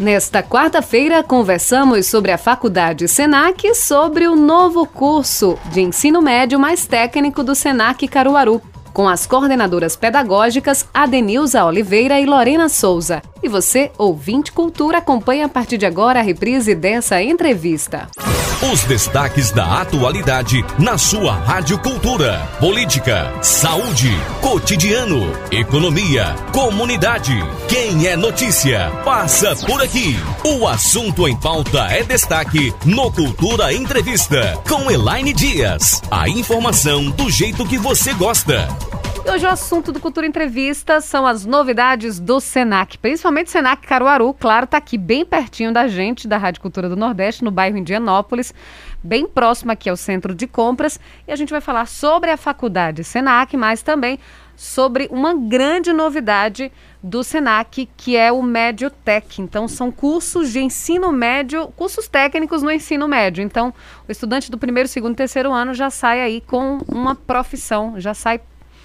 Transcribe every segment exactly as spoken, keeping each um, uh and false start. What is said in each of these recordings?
Nesta quarta-feira, conversamos sobre a Faculdade Senac e sobre o novo curso de ensino médio mais técnico do Senac Caruaru, com as coordenadoras pedagógicas Adenilza Oliveira e Lorena Souza. E você, ouvinte Cultura, acompanha a partir de agora a reprise dessa entrevista. Os destaques da atualidade na sua Rádio Cultura. Política, saúde, cotidiano, economia, comunidade. Quem é notícia, passa por aqui. O assunto em pauta é destaque no Cultura Entrevista, com Elaine Dias. A informação do jeito que você gosta. E hoje o assunto do Cultura Entrevista são as novidades do Senac, principalmente Senac Caruaru, claro, está aqui bem pertinho da gente, da Rádio Cultura do Nordeste, no bairro Indianópolis, bem próximo aqui ao centro de compras, e a gente vai falar sobre a Faculdade Senac, mas também sobre uma grande novidade do Senac, que é o Médiotec. Então, são cursos de ensino médio, cursos técnicos no ensino médio. Então, o estudante do primeiro, segundo e terceiro ano já sai aí com uma profissão, já sai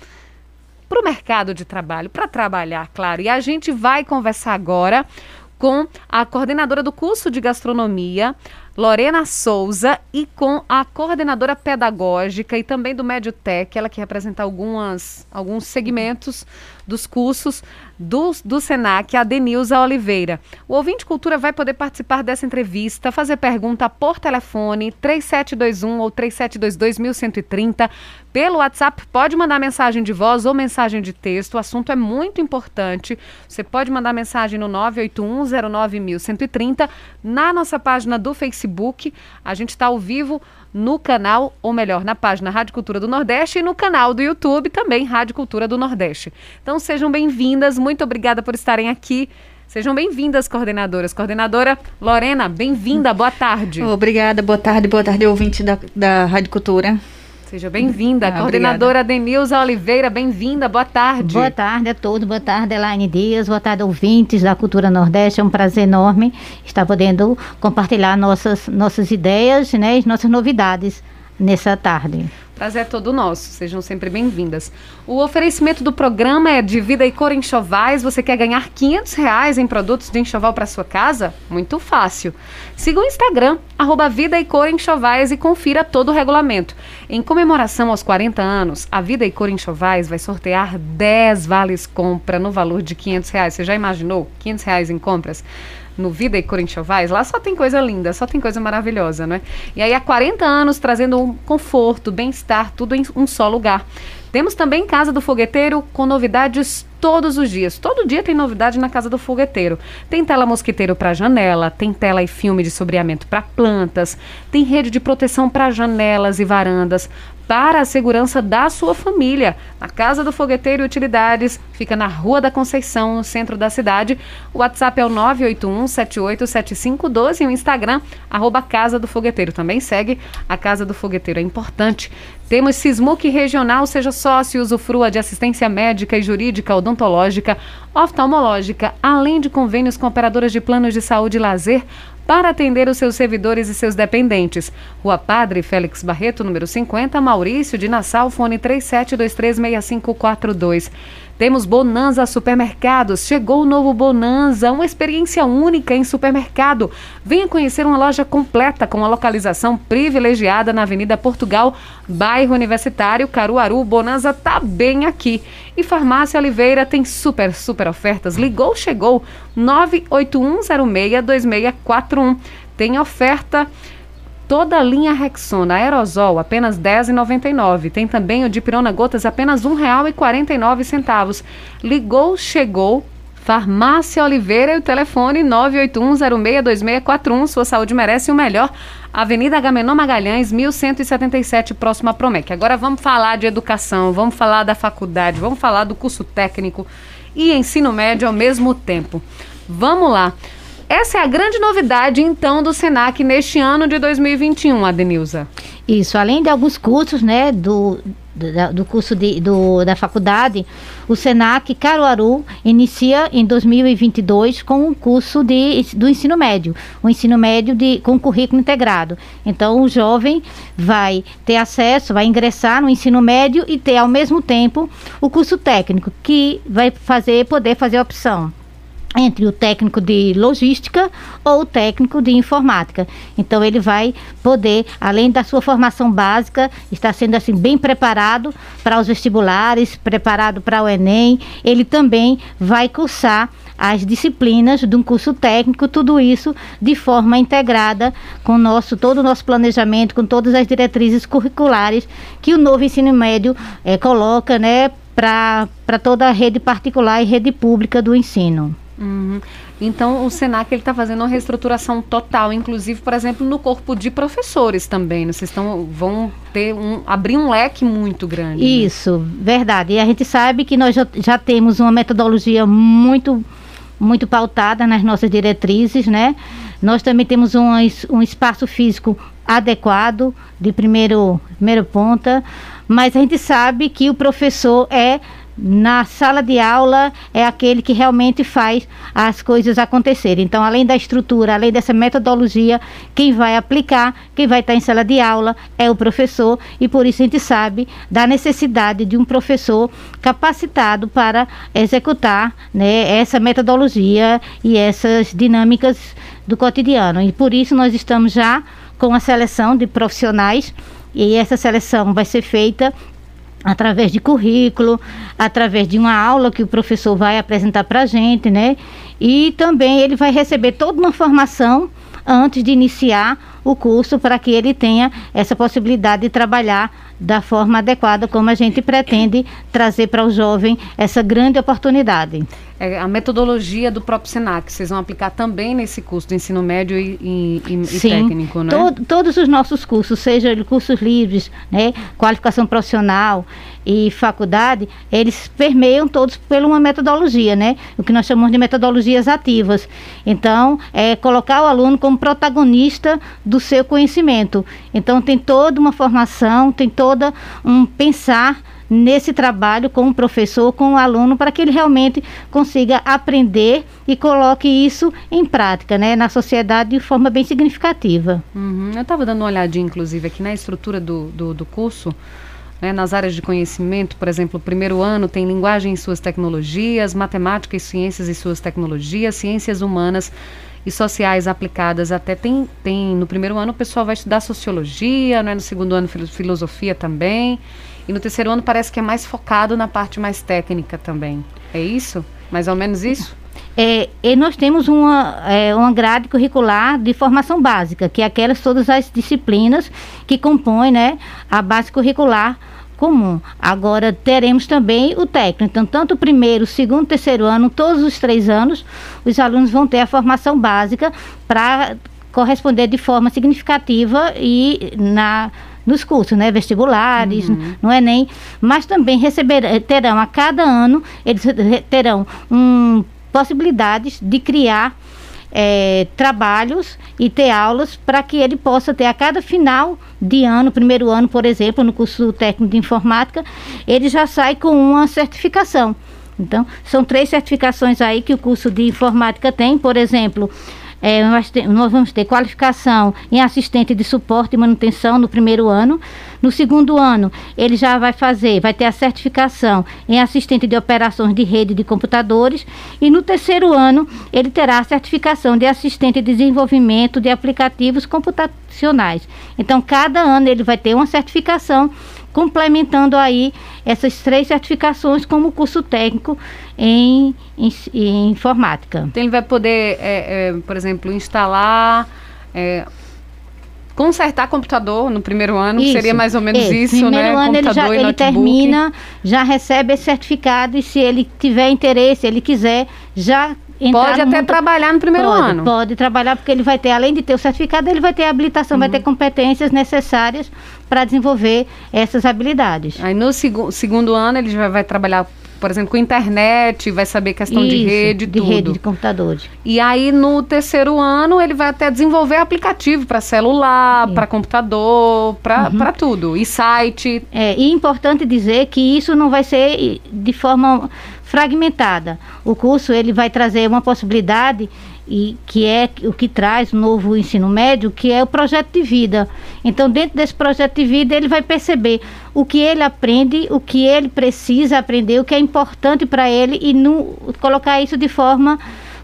para o mercado de trabalho, para trabalhar, claro. E a gente vai conversar agora com a coordenadora do curso de gastronomia, Lorena Souza, e com a coordenadora pedagógica e também do Médiotec, ela que representa algumas, alguns segmentos dos cursos do, do Senac, a Adenilza Oliveira. O ouvinte Cultura vai poder participar dessa entrevista, fazer pergunta por telefone três sete dois um ou três sete dois dois, um um três zero. Pelo WhatsApp, pode mandar mensagem de voz ou mensagem de texto. O assunto é muito importante. Você pode mandar mensagem no nove oito um zero nove um um três zero. Na nossa página do Facebook, a gente está ao vivo no canal, ou melhor, na página Rádio Cultura do Nordeste, e no canal do YouTube também, Rádio Cultura do Nordeste. Então sejam bem-vindas, muito obrigada por estarem aqui. Sejam bem-vindas, coordenadoras. Coordenadora Lorena, bem-vinda, boa tarde. Obrigada, boa tarde, boa tarde, ouvinte da, da Rádio Cultura. Seja bem-vinda. Ah, coordenadora Adenilza Oliveira, bem-vinda, boa tarde. Boa tarde a todos, boa tarde, Elaine Dias, boa tarde, ouvintes da Cultura Nordeste. É um prazer enorme estar podendo compartilhar nossas, nossas ideias, né, e nossas novidades nessa tarde. Prazer é todo nosso, sejam sempre bem-vindas. O oferecimento do programa é de Vida e Cor Enxovais. Você quer ganhar quinhentos reais em produtos de enxoval para sua casa? Muito fácil. Siga o Instagram, arroba Vida e Cor Enxovais, e confira todo o regulamento. Em comemoração aos quarenta anos, a Vida e Cor Enxovais vai sortear dez vales compra no valor de quinhentos reais. Você já imaginou? quinhentos reais em compras? No Vida e Cor Enxovais, lá só tem coisa linda, só tem coisa maravilhosa, não é? E aí há quarenta anos trazendo um conforto, bem-estar, tudo em um só lugar. Temos também Casa do Fogueteiro com novidades todos os dias. Todo dia tem novidade na Casa do Fogueteiro. Tem tela mosquiteiro para janela, tem tela e filme de sombreamento para plantas, tem rede de proteção para janelas e varandas, para a segurança da sua família. A Casa do Fogueteiro e Utilidades fica na Rua da Conceição, no centro da cidade. O WhatsApp é o nove oito um sete oito sete cinco um dois e o Instagram, arroba Casa do Fogueteiro. Também segue a Casa do Fogueteiro, é importante. Temos Sismuc Regional, seja sócio, usufrua de assistência médica e jurídica, odontológica, oftalmológica, além de convênios com operadoras de planos de saúde e lazer, para atender os seus servidores e seus dependentes. Rua Padre Félix Barreto, número cinquenta, Maurício de Nassau, fone três sete dois três seis cinco quatro dois. Temos Bonanza Supermercados. Chegou o novo Bonanza, uma experiência única em supermercado. Venha conhecer uma loja completa com uma localização privilegiada na Avenida Portugal, bairro Universitário, Caruaru. Bonanza tá bem aqui. E Farmácia Oliveira tem super, super ofertas. Ligou, chegou. nove oito um zero seis dois seis quatro um. Tem oferta. Toda a linha Rexona Aerosol, apenas dez reais e noventa e nove centavos. Tem também o Dipirona Gotas, apenas um real e quarenta e nove centavos. Ligou, chegou. Farmácia Oliveira e o telefone nove oito um zero seis dois seis quatro um. Sua saúde merece o melhor. Avenida Agamenon Magalhães, mil cento e setenta e sete, próximo à Promec. Agora vamos falar de educação, vamos falar da faculdade, vamos falar do curso técnico e ensino médio ao mesmo tempo. Vamos lá. Essa é a grande novidade, então, do Senac neste ano de dois mil e vinte e um, Adenilza. Isso, além de alguns cursos, né, do, do, do curso de, do, da faculdade, o Senac Caruaru inicia em dois mil e vinte e dois com um curso de, do ensino médio, o um ensino médio de, com currículo integrado. Então, o jovem vai ter acesso, vai ingressar no ensino médio e ter, ao mesmo tempo, o curso técnico, que vai fazer, poder fazer a opção entre o técnico de logística ou o técnico de informática. Então ele vai poder, além da sua formação básica, estar sendo assim bem preparado para os vestibulares, preparado para o Enem. Ele também vai cursar as disciplinas de um curso técnico, tudo isso de forma integrada com nosso, todo o nosso planejamento, com todas as diretrizes curriculares que o novo ensino médio eh, coloca, né, para toda a rede particular e rede pública do ensino. Uhum. Então o Senac ele está fazendo uma reestruturação total, inclusive, por exemplo, no corpo de professores também, né? Vocês estão, vão ter um, abrir um leque muito grande. Isso, né? Verdade. E a gente sabe que nós já, já temos uma metodologia muito, muito pautada nas nossas diretrizes, né? Nós também temos um, um espaço físico adequado, de primeiro, primeiro ponta, mas a gente sabe que o professor é, na sala de aula, é aquele que realmente faz as coisas acontecerem. Então, além da estrutura, além dessa metodologia, quem vai aplicar, quem vai estar em sala de aula é o professor, e por isso a gente sabe da necessidade de um professor capacitado para executar, né, essa metodologia e essas dinâmicas do cotidiano. E por isso nós estamos já com a seleção de profissionais, e essa seleção vai ser feita através de currículo, através de uma aula que o professor vai apresentar para a gente, né? E também ele vai receber toda uma formação antes de iniciar o curso, para que ele tenha essa possibilidade de trabalhar da forma adequada, como a gente pretende trazer para o jovem essa grande oportunidade. É a metodologia do próprio Senac, vocês vão aplicar também nesse curso de ensino médio e, e, e Sim, técnico, né? To, todos os nossos cursos, seja cursos livres, né, qualificação profissional e faculdade, eles permeiam todos por uma metodologia, né? O que nós chamamos de metodologias ativas. Então, é colocar o aluno como protagonista do seu conhecimento. Então, tem toda uma formação, tem toda um pensar nesse trabalho com o professor, com o aluno, para que ele realmente consiga aprender e coloque isso em prática, né, na sociedade de forma bem significativa. Uhum. Eu estava dando uma olhadinha, inclusive, aqui na estrutura do, do, do curso, né, nas áreas de conhecimento. Por exemplo, o primeiro ano tem linguagem e suas tecnologias, matemática e ciências e suas tecnologias, ciências humanas e sociais aplicadas. Até tem, tem no primeiro ano o pessoal vai estudar sociologia, né, no segundo ano filosofia também, e no terceiro ano parece que é mais focado na parte mais técnica também. É isso? Mais ou menos isso? É, e nós temos uma, é, uma grade curricular de formação básica, que é aquelas todas as disciplinas que compõem, né, a base curricular comum. Agora teremos também o técnico. Então, tanto o primeiro, segundo, terceiro ano, todos os três anos, os alunos vão ter a formação básica para corresponder de forma significativa e na nos cursos, né, vestibulares, uhum. no Enem, mas também receber, terão a cada ano, eles terão um, possibilidades de criar é, trabalhos e ter aulas para que ele possa ter a cada final de ano, primeiro ano, por exemplo, no curso técnico de informática, ele já sai com uma certificação. Então, são três certificações aí que o curso de informática tem, por exemplo, É, nós, te, nós vamos ter qualificação em assistente de suporte e manutenção no primeiro ano. No segundo ano, ele já vai fazer, vai ter a certificação em assistente de operações de rede de computadores. E no terceiro ano, ele terá a certificação de assistente de desenvolvimento de aplicativos computacionais. Então, cada ano ele vai ter uma certificação, complementando aí essas três certificações como curso técnico em, em, em informática. Então ele vai poder, é, é, por exemplo, instalar, é, consertar computador no primeiro ano, isso, seria mais ou menos isso, isso, primeiro né? ano ele, já, ele termina, já recebe esse certificado, e se ele tiver interesse, ele quiser, já pode até mundo, trabalhar no primeiro pode, ano. Pode trabalhar, porque ele vai ter, além de ter o certificado, ele vai ter a habilitação, uhum. vai ter competências necessárias para desenvolver essas habilidades. Aí no seg- segundo ano ele já vai trabalhar, por exemplo, com internet, vai saber questão Isso, de rede, de tudo. rede, de computadores. E aí no terceiro ano ele vai até desenvolver aplicativo para celular, para computador, para uhum. tudo, e site. É, e é importante dizer que isso não vai ser de forma fragmentada. O curso ele vai trazer uma possibilidade, e que é o que traz o novo ensino médio, que é o projeto de vida. Então, dentro desse projeto de vida, ele vai perceber o que ele aprende, o que ele precisa aprender, o que é importante para ele, e no, colocar isso de forma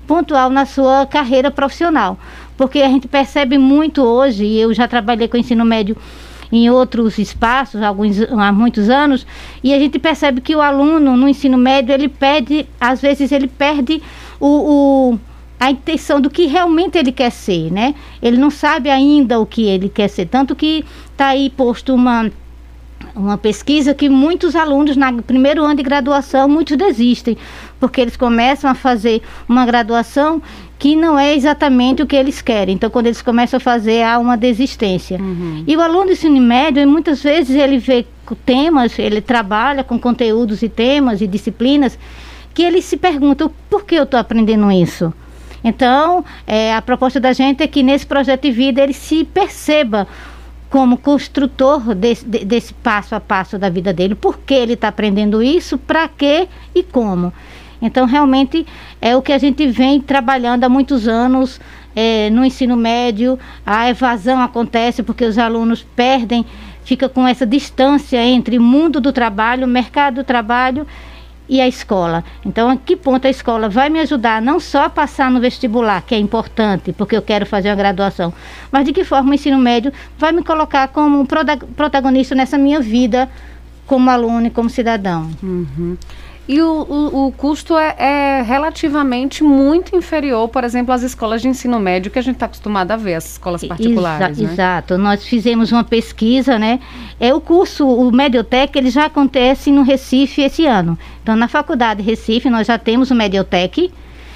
pontual na sua carreira profissional. Porque a gente percebe muito hoje, e eu já trabalhei com ensino médio em outros espaços, alguns, há muitos anos, e a gente percebe que o aluno no ensino médio, ele perde, às vezes ele perde o, o, a intenção do que realmente ele quer ser, né? Ele não sabe ainda o que ele quer ser, tanto que está aí posto uma, uma pesquisa que muitos alunos, no primeiro ano de graduação, muitos desistem, porque eles começam a fazer uma graduação que não é exatamente o que eles querem. Então, quando eles começam a fazer, há uma desistência. Uhum. E o aluno do ensino médio, muitas vezes, ele vê temas, ele trabalha com conteúdos e temas e disciplinas, que ele se pergunta, por que eu estou aprendendo isso? Então, é, a proposta da gente é que nesse projeto de vida, ele se perceba como construtor desse, desse passo a passo da vida dele. Por que ele está aprendendo isso, para quê e como? Então, realmente, é o que a gente vem trabalhando há muitos anos é, no ensino médio. A evasão acontece porque os alunos perdem, fica com essa distância entre o mundo do trabalho, o mercado do trabalho e a escola. Então, a que ponto a escola vai me ajudar não só a passar no vestibular, que é importante, porque eu quero fazer uma graduação, mas de que forma o ensino médio vai me colocar como um protagonista nessa minha vida como aluno e como cidadão. Uhum. E o, o, o custo é, é relativamente muito inferior, por exemplo, às escolas de ensino médio que a gente está acostumado a ver, as escolas particulares. Exa- né? Exato. Nós fizemos uma pesquisa, né? É o curso, o Mediotec, ele já acontece no Recife esse ano. Então, na Faculdade Recife, nós já temos o Mediotec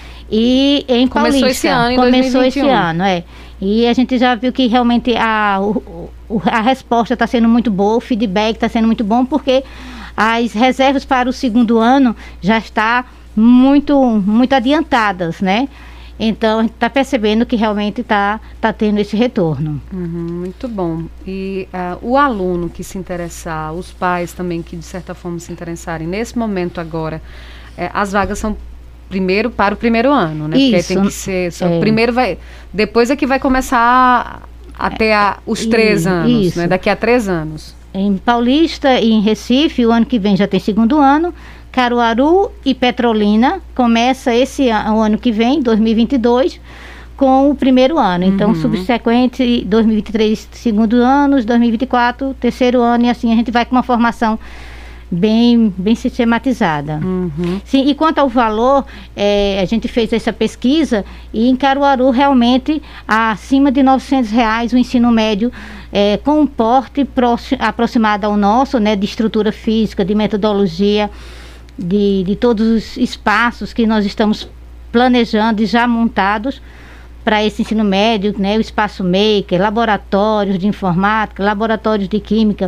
e em Começou Paulista. esse ano, em Começou dois mil e vinte e um. esse ano, é. E a gente já viu que realmente a, o, o, a resposta está sendo muito boa, o feedback está sendo muito bom, porque as reservas para o segundo ano já está muito, muito adiantadas, né? Então, a gente está percebendo que realmente está tá tendo esse retorno. Uhum, muito bom. E uh, o aluno que se interessar, os pais também que de certa forma se interessarem, nesse momento agora, eh, as vagas são primeiro para o primeiro ano, né? Isso. Porque tem que ser, só, É. primeiro vai, depois é que vai começar até a, os três I- anos, isso. né? Daqui a três anos. Em Paulista e em Recife, o ano que vem já tem segundo ano. Caruaru e Petrolina começa esse ano, o ano que vem, dois mil e vinte e dois, com o primeiro ano. Então, Uhum. subsequente, dois mil e vinte e três, segundo ano, dois mil e vinte e quatro, terceiro ano, e assim a gente vai com uma formação bem, bem sistematizada. Uhum. Sim, e quanto ao valor, é, a gente fez essa pesquisa e em Caruaru realmente acima de novecentos reais o ensino médio é, com um porte próximo, aproximado ao nosso, né, de estrutura física, de metodologia, de, de todos os espaços que nós estamos planejando e já montados para esse ensino médio, né, o espaço maker, laboratórios de informática, laboratórios de química.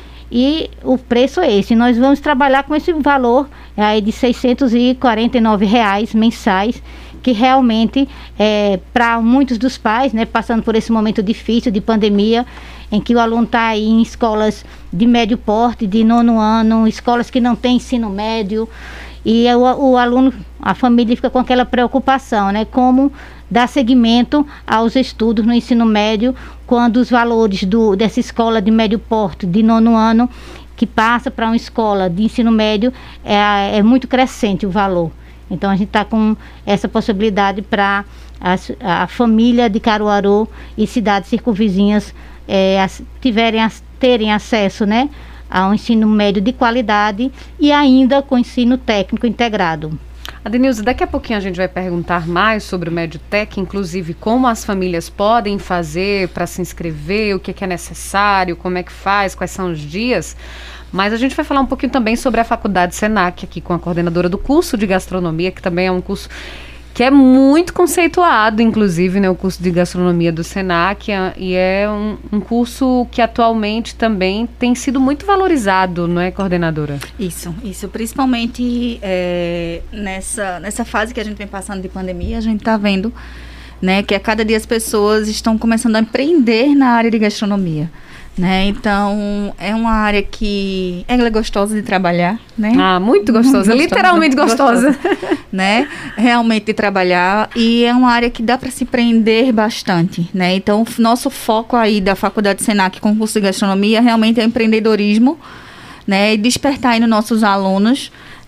E o preço é esse. Nós vamos trabalhar com esse valor aí de seiscentos e quarenta e nove reais mensais, que realmente, é, para muitos dos pais, né, passando por esse momento difícil de pandemia, em que o aluno está aí em escolas de médio porte, de nono ano, escolas que não têm ensino médio, e o, o aluno, a família fica com aquela preocupação, né, como dar seguimento aos estudos no ensino médio, quando os valores do, dessa escola de médio porte, de nono ano, que passa para uma escola de ensino médio, é, é muito crescente o valor. Então, a gente está com essa possibilidade para a família de Caruaru e cidades circunvizinhas é, as, tiverem, as, terem acesso, né, a um ensino médio de qualidade e ainda com ensino técnico integrado. Adenilza, daqui a pouquinho a gente vai perguntar mais sobre o Mediotec, inclusive como as famílias podem fazer para se inscrever, o que, que é necessário, como é que faz, quais são os dias. Mas a gente vai falar um pouquinho também sobre a Faculdade Senac, aqui com a coordenadora do curso de gastronomia, que também é um curso que é muito conceituado, inclusive, né, o curso de gastronomia do Senac, e é um, um curso que atualmente também tem sido muito valorizado, não é, coordenadora? Isso, isso, principalmente é, nessa, nessa fase que a gente vem passando de pandemia, a gente está vendo, né, que a cada dia as pessoas estão começando a empreender na área de gastronomia. Né? Então, é uma área que ela é gostosa de trabalhar, né? Ah, muito gostosa, gostosa literalmente gostosa. gostosa, né? Realmente de trabalhar, e é uma área que dá para se empreender bastante, né? Então, o nosso foco aí da Faculdade Senac com o curso de gastronomia realmente é empreendedorismo, né? E despertar aí nos nossos alunos,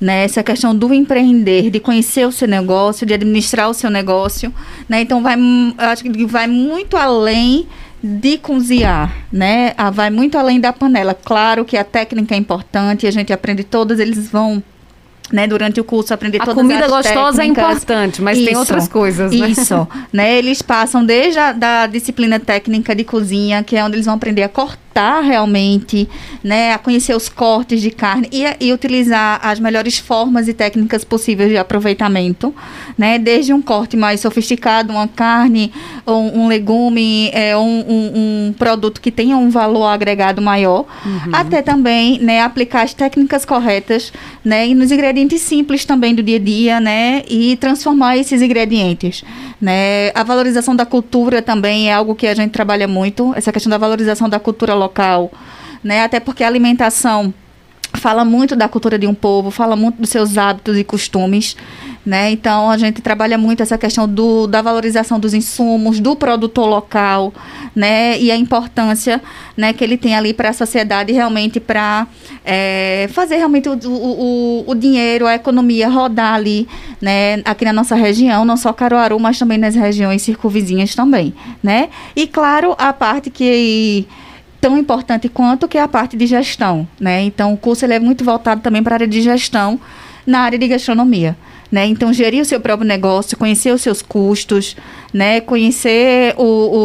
né? Essa questão do empreender, de conhecer o seu negócio, de administrar o seu negócio, né? Então, vai, acho que vai muito além de cozinhar, né? Ah, vai muito além da panela. Claro que a técnica é importante, a gente aprende todas, eles vão, né, durante o curso aprender a todas as comida gostosa técnicas. é importante, mas isso, tem outras coisas, né? Isso, né? Eles passam desde a da disciplina técnica de cozinha, que é onde eles vão aprender a cortar realmente, né, a conhecer os cortes de carne e, e utilizar as melhores formas e técnicas possíveis de aproveitamento, né, desde um corte mais sofisticado, uma carne, ou um legume, é, um, um, um produto que tenha um valor agregado maior, uhum. até também, né, aplicar as técnicas corretas, né, e nos ingredientes simples também do dia a dia, né, e transformar esses ingredientes, né. A valorização da cultura também é algo que a gente trabalha muito, essa questão da valorização da cultura local. local, né? Até porque a alimentação fala muito da cultura de um povo, fala muito dos seus hábitos e costumes, né? Então, a gente trabalha muito essa questão do, da valorização dos insumos, do produtor local, né? E a importância, né, que ele tem ali para a sociedade, realmente para é, fazer realmente o, o, o dinheiro, a economia rodar ali, né? Aqui na nossa região, não só Caruaru, mas também nas regiões circunvizinhas também, né? E, claro, a parte que tão importante quanto que é a parte de gestão, né? Então, o curso ele é muito voltado também para a área de gestão na área de gastronomia, né? Então, gerir o seu próprio negócio, conhecer os seus custos, né? Conhecer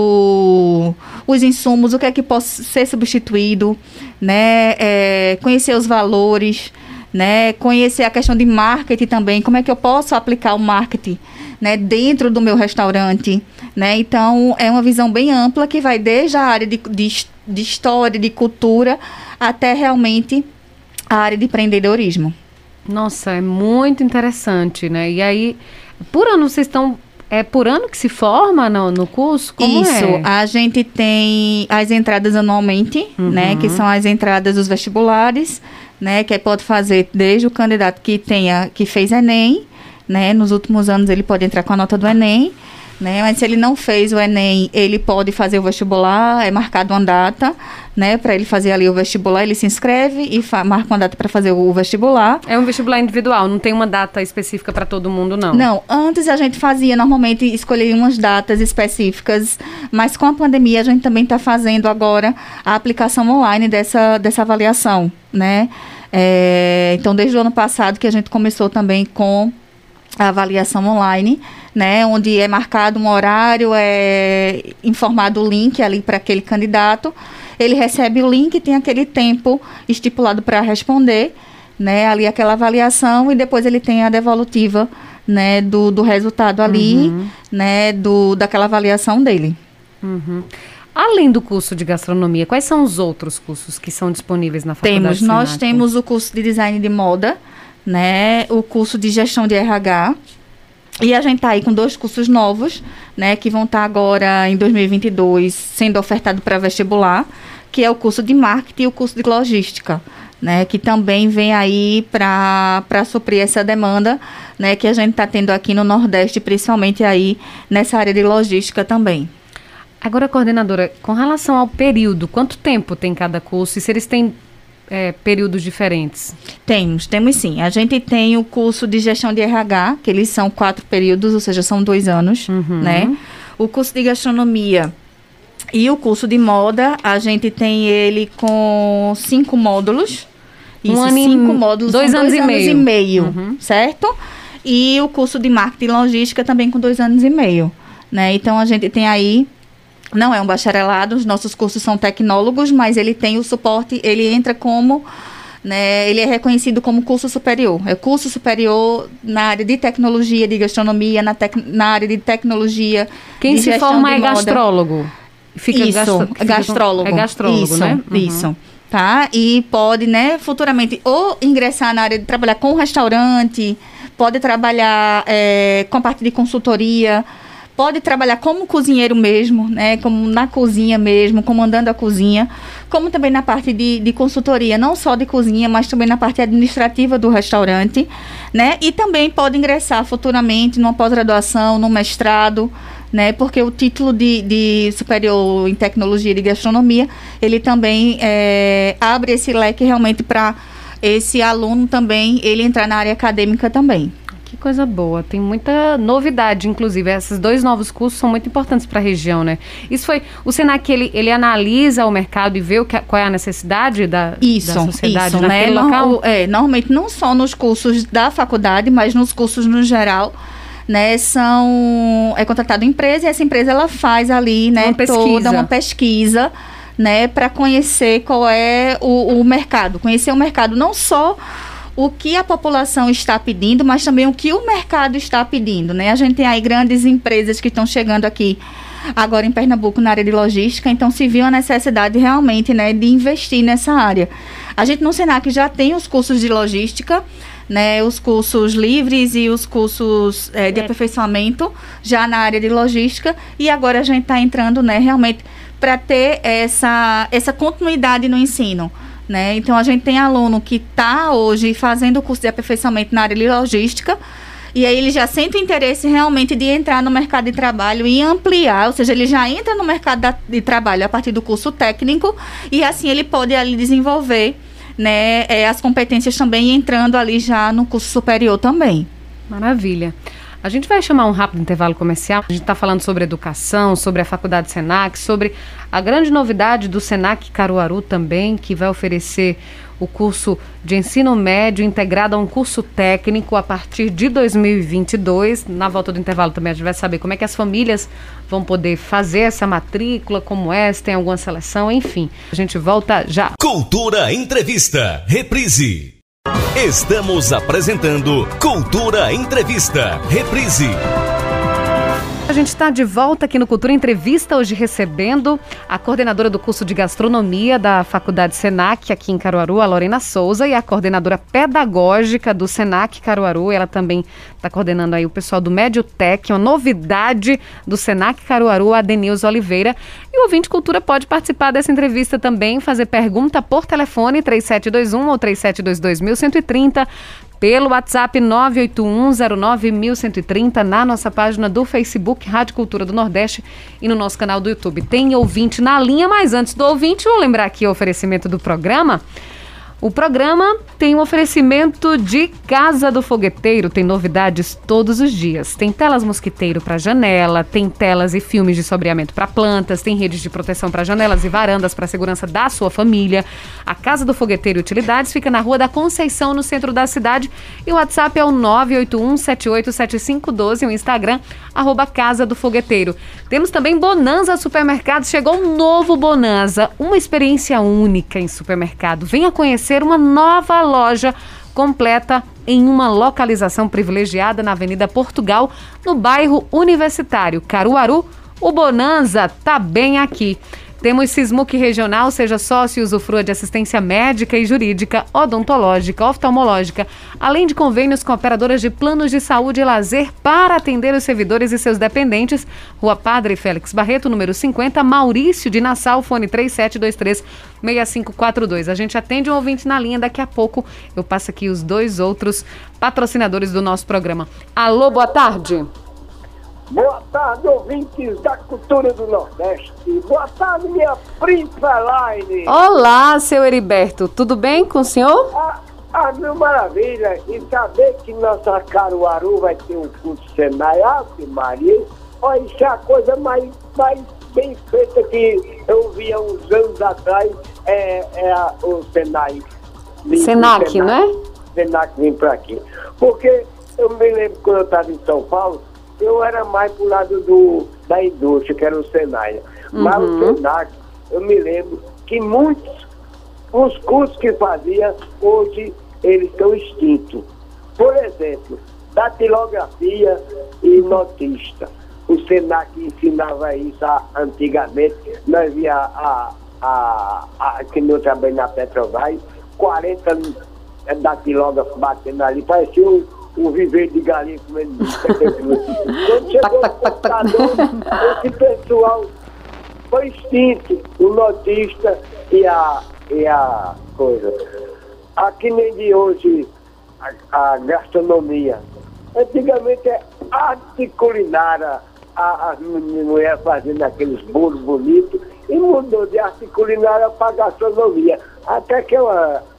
o, o, os insumos, o que é que pode ser substituído, né? É, conhecer os valores, né? Conhecer a questão de marketing também, como é que eu posso aplicar o marketing, né, dentro do meu restaurante, né? Então, é uma visão bem ampla que vai desde a área de, de, de história, de cultura, até realmente a área de empreendedorismo. Nossa, é muito interessante, né? E aí, por ano vocês estão... É por ano que se forma no, no curso? Como Isso, é? A gente tem as entradas anualmente, uhum. né? Que são as entradas dos vestibulares, né? Que pode fazer desde o candidato que tenha, que fez Enem, né? Nos últimos anos ele pode entrar com a nota do Enem, né? Mas se ele não fez o Enem, ele pode fazer o vestibular, é marcado uma data, né? Para ele fazer ali o vestibular, ele se inscreve e marca uma data para fazer o vestibular. É um vestibular individual, não tem uma data específica para todo mundo, não? Não, antes a gente fazia, normalmente escolhia umas datas específicas, mas com a pandemia a gente também está fazendo agora a aplicação online dessa, dessa avaliação, né? É, então, desde o ano passado que a gente começou também com a avaliação online, né, onde é marcado um horário, é informado o link ali para aquele candidato, ele recebe o link, tem aquele tempo estipulado para responder, né, ali aquela avaliação, e depois ele tem a devolutiva, né, do, do resultado ali, uhum. né, do, daquela avaliação dele. Uhum. Além do curso de gastronomia, quais são os outros cursos que são disponíveis na faculdade? Temos, nós temos o curso de design de moda, né, o curso de gestão de R H, e a gente está aí com dois cursos novos, né, que vão estar tá agora em dois mil e vinte e dois sendo ofertado para vestibular, que é o curso de marketing e o curso de logística, né, que também vem aí para para suprir essa demanda, né, que a gente está tendo aqui no Nordeste, principalmente aí nessa área de logística também. Agora, coordenadora, com relação ao período, quanto tempo tem cada curso e se eles têm É, períodos diferentes? Temos, temos sim. A gente tem o curso de gestão de R H, que eles são quatro períodos, ou seja, são dois anos, uhum. né? O curso de gastronomia e o curso de moda, a gente tem ele com cinco módulos. Isso, um ano cinco e... módulos, dois anos, dois e, anos meio. e meio, uhum. certo? E o curso de marketing e logística também com dois anos e meio, né? Então, a gente tem aí... Não é um bacharelado, os nossos cursos são tecnólogos, mas ele tem o suporte, ele entra como, né, ele é reconhecido como curso superior. É curso superior na área de tecnologia, de gastronomia, na, tec, na área de tecnologia. Quem de se forma é moda. Gastrólogo? Fica isso, gastro, fica gastrólogo. É gastrólogo, isso, né? Uhum. Isso. Tá? E pode, né, futuramente, ou ingressar na área de trabalhar com restaurante, pode trabalhar é, com a parte de consultoria, pode trabalhar como cozinheiro mesmo, né, como na cozinha mesmo, comandando a cozinha, como também na parte de, de consultoria, não só de cozinha, mas também na parte administrativa do restaurante, né, e também pode ingressar futuramente numa pós-graduação, num mestrado, né, porque o título de, de superior em tecnologia e de gastronomia, ele também é, abre esse leque realmente para esse aluno também, ele entrar na área acadêmica também. Que coisa boa, tem muita novidade, inclusive, esses dois novos cursos são muito importantes para a região, né? Isso foi, o Senac, ele, ele analisa o mercado e vê o que, qual é a necessidade da, isso, da sociedade isso, naquele né? local? No, é, normalmente não só nos cursos da faculdade, mas nos cursos no geral, né, são, é contratada uma empresa e essa empresa ela faz ali, né, uma pesquisa. toda uma pesquisa, né, para conhecer qual é o, o mercado, conhecer o mercado não só o que a população está pedindo, mas também o que o mercado está pedindo, né? A gente tem aí grandes empresas que estão chegando aqui agora em Pernambuco na área de logística, então se viu a necessidade realmente, né, de investir nessa área. A gente no Senac já tem os cursos de logística, né, os cursos livres e os cursos é, de é. aperfeiçoamento já na área de logística, e agora a gente está entrando, né, realmente para ter essa, essa continuidade no ensino. Né? Então, a gente tem aluno que está hoje fazendo o curso de aperfeiçoamento na área de logística, e aí ele já sente o interesse realmente de entrar no mercado de trabalho e ampliar, ou seja, ele já entra no mercado da, de trabalho a partir do curso técnico, e assim ele pode ali desenvolver, né, é, as competências também, entrando ali já no curso superior também. Maravilha. A gente vai chamar um rápido intervalo comercial. A gente está falando sobre educação, sobre a Faculdade Senac, sobre a grande novidade do Senac Caruaru também, que vai oferecer o curso de ensino médio integrado a um curso técnico a partir de dois mil e vinte e dois. Na volta do intervalo também a gente vai saber como é que as famílias vão poder fazer essa matrícula, como é, se tem alguma seleção, enfim. A gente volta já. Cultura Entrevista, reprise. Estamos apresentando Cultura Entrevista, reprise. A gente está de volta aqui no Cultura Entrevista, hoje recebendo a coordenadora do curso de gastronomia da Faculdade Senac, aqui em Caruaru, a Lorena Souza, e a coordenadora pedagógica do Senac Caruaru. Ela também está coordenando aí o pessoal do Mediotec, uma novidade do Senac Caruaru, a Denilza Oliveira. E o ouvinte Cultura pode participar dessa entrevista também, fazer pergunta por telefone três sete dois um ou três sete dois dois um um três zero, pelo WhatsApp nove oito um zero nove um um três zero, na nossa página do Facebook Rádio Cultura do Nordeste e no nosso canal do YouTube. Tem ouvinte na linha, mas antes do ouvinte, vou lembrar aqui o oferecimento do programa. O programa tem um oferecimento de Casa do Fogueteiro, tem novidades todos os dias. Tem telas mosquiteiro para janela, tem telas e filmes de sombreamento para plantas, tem redes de proteção para janelas e varandas para a segurança da sua família. A Casa do Fogueteiro e Utilidades fica na Rua da Conceição, no centro da cidade, e o WhatsApp é o nove oito um sete oito sete cinco um dois e o Instagram, arroba Casa do Fogueteiro. Temos também Bonanza Supermercados, chegou um novo Bonanza, uma experiência única em supermercado. Venha conhecer uma nova loja completa em uma localização privilegiada na Avenida Portugal, no bairro Universitário, Caruaru. O Bonanza tá bem aqui. Temos Sismuc Regional, seja sócio e usufrua de assistência médica e jurídica, odontológica, oftalmológica, além de convênios com operadoras de planos de saúde e lazer para atender os servidores e seus dependentes. Rua Padre Félix Barreto, número cinquenta, Maurício de Nassau, fone três sete dois três seis cinco quatro dois. A gente atende um ouvinte na linha, daqui a pouco eu passo aqui os dois outros patrocinadores do nosso programa. Alô, boa tarde. Boa tarde, ouvintes da Cultura do Nordeste. Boa tarde, minha Príncipa Elaine. Olá, seu Heriberto. Tudo bem com o senhor? Ah, ah, meu maravilha. E saber que nossa Caruaru vai ter um curso Senai, Ave Maria. Olha, isso é a coisa mais, mais bem feita que eu vi há uns anos atrás. É, é a, o Senai. Senac, Senai, né? Senac vem pra aqui. Porque eu me lembro quando eu estava em São Paulo, eu era mais pro lado do, da indústria, que era o Senai. Uhum. Mas o Senac, eu me lembro que muitos, os cursos que fazia, hoje eles estão extintos. Por exemplo, datilografia e notista. O Senac ensinava isso antigamente. Nós via a, a, a, que eu trabalhei na Petrobras, quarenta datilógrafos batendo ali, parecia um o viver de galinha comendo. Quando chegou o computador, esse pessoal foi extinto, o notista e a, e a coisa. Aqui nem de hoje a, a gastronomia. Antigamente é arte culinária, a, as mulheres fazendo aqueles bolos bonitos, e mudou de arte culinária para gastronomia. Até que uma,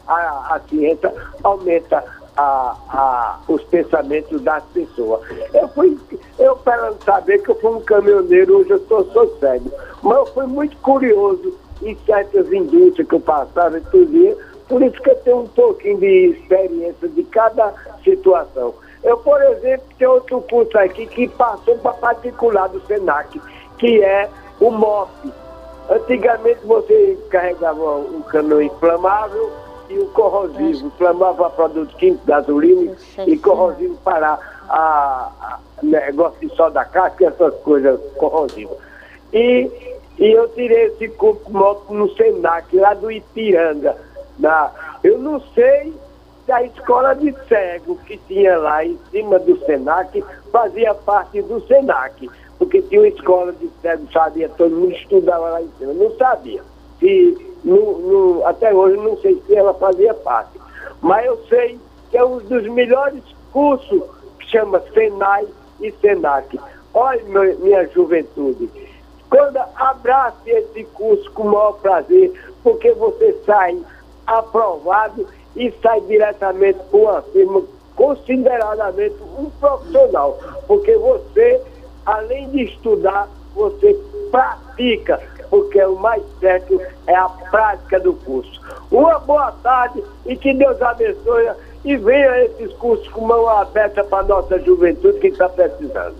a, a ciência aumenta a, a, os pensamentos das pessoas. Eu fui, eu para saber que eu fui um caminhoneiro, hoje eu sou, sou cego, mas eu fui muito curioso em certas indústrias que eu passava e tudo isso, por isso que eu tenho um pouquinho de experiência de cada situação. Eu, por exemplo, tenho outro curso aqui que passou para particular do SENAC, que é o M O P. Antigamente você carregava um caminhão inflamável e o corrosivo, inflamável para produtos químicos, gasolina e corrosivo para a, a negócio de soda casca e essas coisas corrosivas. E, e eu tirei esse curso M O P no SENAC, lá do Ipiranga. Na, eu não sei se a escola de cego que tinha lá em cima do SENAC fazia parte do SENAC, porque tinha uma escola de cego, sabia, todo mundo estudava lá em cima, não sabia. E no, no, até hoje não sei se ela fazia parte. Mas eu sei que é um dos melhores cursos que chama SENAI e SENAC. Olha, meu, minha juventude, quando abrace esse curso com o maior prazer, porque você sai aprovado e sai diretamente para uma firma consideradamente um profissional, porque você, além de estudar, você pratica, porque o mais certo é a prática do curso. Uma boa tarde e que Deus abençoe e venha esses cursos com mão aberta para a nossa juventude que está precisando.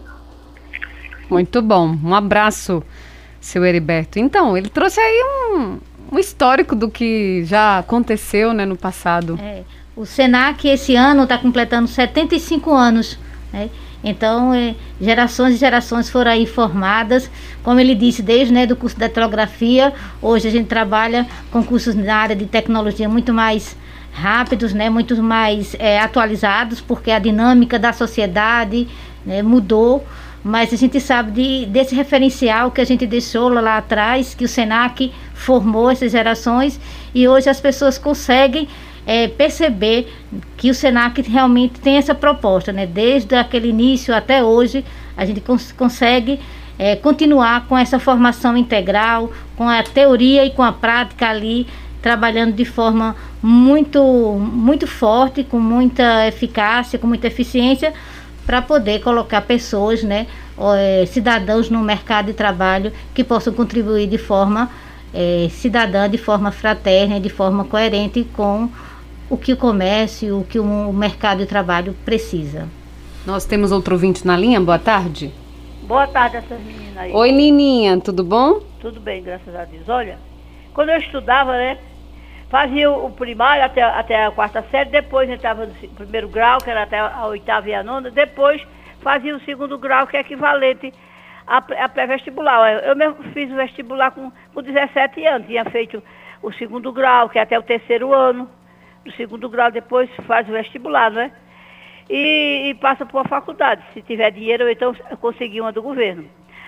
Muito bom, um abraço, seu Heriberto. Então, ele trouxe aí um... um histórico do que já aconteceu, né, no passado. É, o SENAC esse ano está completando setenta e cinco anos, né? Então, é, gerações e gerações foram aí formadas, como ele disse, desde, né, do curso de datilografia. Hoje a gente trabalha com cursos na área de tecnologia muito mais rápidos, né, muito mais é, atualizados, porque a dinâmica da sociedade, né, mudou. Mas a gente sabe de, desse referencial que a gente deixou lá atrás, que o SENAC formou essas gerações, e hoje as pessoas conseguem é, perceber que o SENAC realmente tem essa proposta, né? Desde aquele início até hoje, a gente cons- consegue é, continuar com essa formação integral, com a teoria e com a prática ali, trabalhando de forma muito, muito forte, com muita eficácia, com muita eficiência, para poder colocar pessoas, né, é, cidadãos no mercado de trabalho que possam contribuir de forma é, cidadã, de forma fraterna, de forma coerente com o que o comércio, o que o mercado de trabalho precisa. Nós temos outro ouvinte na linha, boa tarde. Boa tarde, essas meninas aí. Oi, Nininha, tudo bom? Tudo bem, graças a Deus. Olha, quando eu estudava, né, fazia o primário até, até a quarta série, depois entrava no primeiro grau, que era até a oitava e a nona, depois fazia o segundo grau, que é equivalente a, a pré-vestibular. Eu mesmo fiz o vestibular com, com dezessete anos, tinha feito o segundo grau, que é até o terceiro ano, do segundo grau depois faz o vestibular, não é? E, e passa por uma faculdade, se tiver dinheiro, ou então eu consegui uma do governo.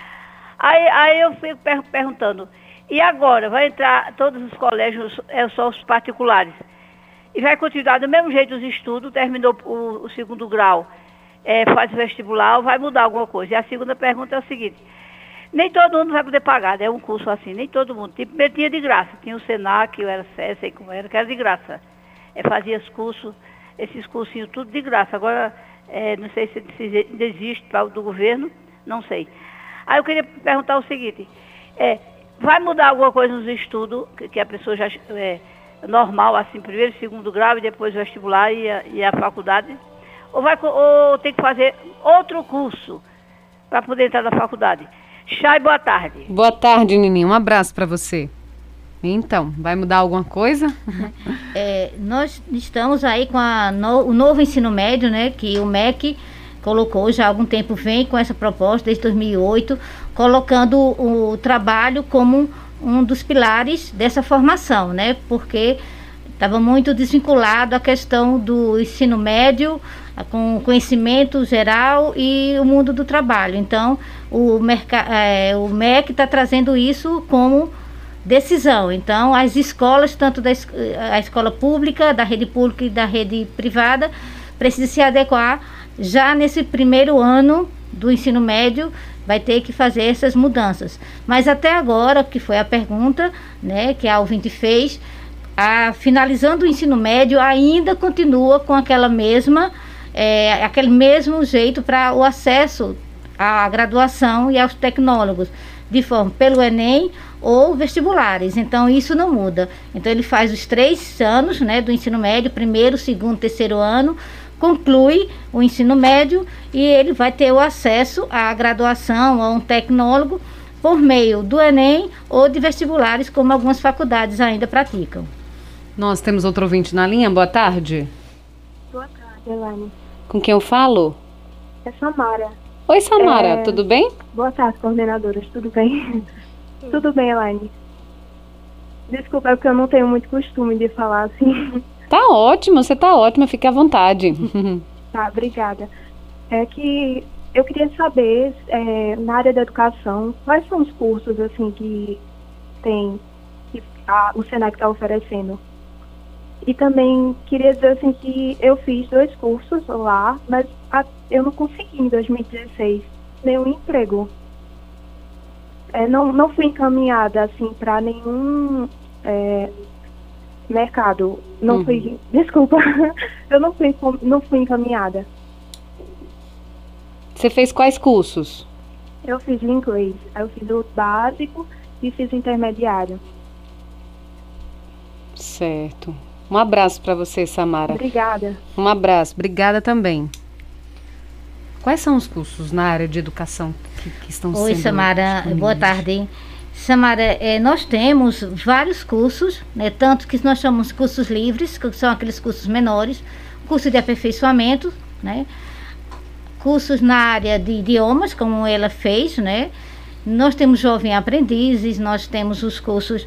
Aí, aí eu fico per- perguntando, e agora, vai entrar todos os colégios, é só os particulares, e vai continuar do mesmo jeito os estudos, terminou o, o segundo grau, é, faz o vestibular, ou vai mudar alguma coisa? E a segunda pergunta é o seguinte, nem todo mundo vai poder pagar, é né, um curso assim, nem todo mundo. Tipo, primeiro tinha de graça, tinha o SENAC, eu era C E S, sei como era, que era de graça. É, fazia os cursos, esses cursinhos tudo de graça. Agora, é, não sei se, se existe para o do governo, não sei. Aí eu queria perguntar o seguinte, é, vai mudar alguma coisa nos estudos, que, que a pessoa já é normal, assim, primeiro, segundo grau, e depois o vestibular e a, e a faculdade? Ou, vai, ou tem que fazer outro curso para poder entrar na faculdade? Chay, boa tarde. Boa tarde, Nininha, um abraço para você. Então, vai mudar alguma coisa? É, nós estamos aí com a no, o novo ensino médio, né, que o M E C colocou já há algum tempo, vem com essa proposta desde dois mil e oito, colocando o, o trabalho como um dos pilares dessa formação, né, porque estava muito desvinculado a questão do ensino médio com conhecimento geral e o mundo do trabalho. Então, o, merca, é, o M E C está trazendo isso como decisão. Então, as escolas, tanto da es- a escola pública, da rede pública e da rede privada, precisam se adequar já nesse primeiro ano do ensino médio, vai ter que fazer essas mudanças. Mas até agora, que foi a pergunta, né, que a ouvinte fez, a, finalizando o ensino médio, ainda continua com aquela mesma, é, aquele mesmo jeito para o acesso à graduação e aos tecnólogos, de forma pelo Enem ou vestibulares. Então, isso não muda. Então, ele faz os três anos, né, do ensino médio, primeiro, segundo, terceiro ano, conclui o ensino médio e ele vai ter o acesso à graduação, a um tecnólogo, por meio do Enem ou de vestibulares, como algumas faculdades ainda praticam. Nós temos outro ouvinte na linha. Boa tarde. Boa tarde, Elaine. Com quem eu falo? É Samara. Oi, Samara, É... tudo bem? Boa tarde, coordenadoras. Tudo bem? Tudo bem, Elaine. Desculpa, é porque eu não tenho muito costume de falar assim. Tá ótimo, você tá ótima, fique à vontade. Tá, obrigada. É que eu queria saber, é, na área da educação, quais são os cursos assim que tem, que a, o Senac está oferecendo. E também queria dizer assim que eu fiz dois cursos lá, mas a, eu não consegui em dois mil e dezesseis nenhum emprego. É, não, não fui encaminhada assim para nenhum é, mercado. Não uhum. fui. Desculpa, eu não fui, não fui encaminhada. Você fez quais cursos? Eu fiz inglês. Eu fiz o básico e fiz o intermediário. Certo. Um abraço para você, Samara. Obrigada. Um abraço. Obrigada também. Quais são os cursos na área de educação que, que estão Oi, sendo Oi, Samara. Boa tarde. Samara, é, nós temos vários cursos, né, tanto que nós chamamos de cursos livres, que são aqueles cursos menores, curso de aperfeiçoamento, né, cursos na área de idiomas, como ela fez, né, nós temos jovem aprendizes, nós temos os cursos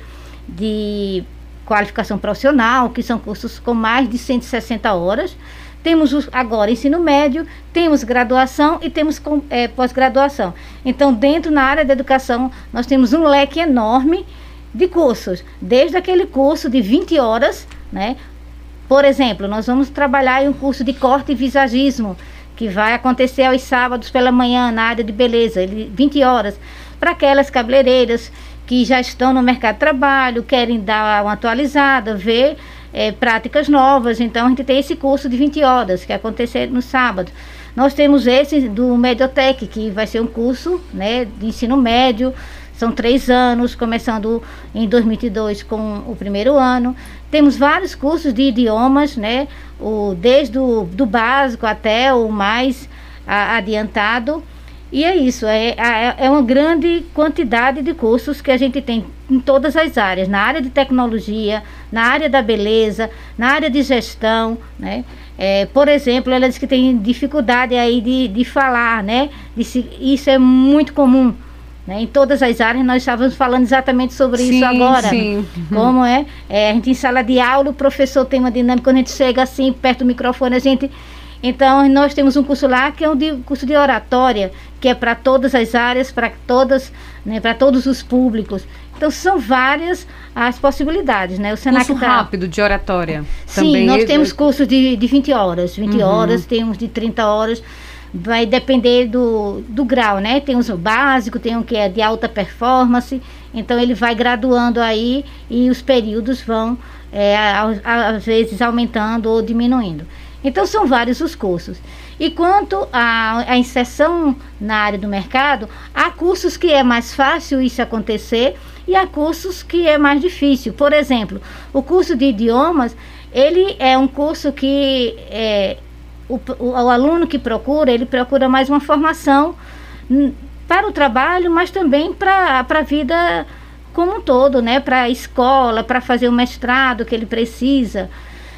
de qualificação profissional, que são cursos com mais de cento e sessenta horas. Temos os, agora ensino médio, temos graduação e temos é, pós-graduação. Então, dentro na área da educação, nós temos um leque enorme de cursos, desde aquele curso de vinte horas, né? Por exemplo, nós vamos trabalhar em um curso de corte e visagismo, que vai acontecer aos sábados pela manhã na área de beleza, vinte horas, para aquelas cabeleireiras que já estão no mercado de trabalho, querem dar uma atualizada, ver é, práticas novas. Então, a gente tem esse curso de vinte horas, que vai acontecer no sábado. Nós temos esse do Mediotech, que vai ser um curso, né, de ensino médio, são três anos, começando em dois mil e vinte e dois com o primeiro ano. Temos vários cursos de idiomas, né, o, desde o do básico até o mais a, adiantado. E é isso, é, é, é uma grande quantidade de cursos que a gente tem em todas as áreas, na área de tecnologia, na área da beleza, na área de gestão, né? É, por exemplo, ela diz que tem dificuldade aí de, de falar, né? De se, isso é muito comum, né? Em todas as áreas. Nós estávamos falando exatamente sobre sim, isso agora. Sim. Como é? é? A gente em sala de aula, o professor tem uma dinâmica, quando a gente chega assim, perto do microfone, a gente... Então, nós temos um curso lá que é um de, curso de oratória, que é para todas as áreas, para todas, né, para todos os públicos. Então, são várias as possibilidades, né? O Senac curso tá... rápido de oratória. Sim, também nós é... temos cursos de, de vinte horas, vinte uhum. horas, temos de trinta horas, vai depender do, do grau, né? Tem os básico, tem um que é de alta performance, então ele vai graduando aí e os períodos vão, é, às vezes, aumentando ou diminuindo. Então, são vários os cursos. E quanto à, à inserção na área do mercado, há cursos que é mais fácil isso acontecer e há cursos que é mais difícil. Por exemplo, o curso de idiomas, ele é um curso que é, o, o, o aluno que procura, ele procura mais uma formação para o trabalho, mas também para a vida como um todo, né? Para a escola, para fazer o mestrado que ele precisa.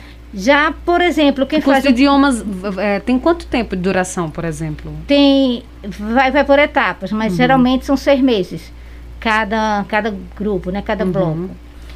Já, por exemplo, quem o curso faz... de idiomas é, tem quanto tempo de duração, por exemplo? Tem, vai, vai por etapas, mas uhum. geralmente são seis meses, cada, cada grupo, né, cada uhum. bloco.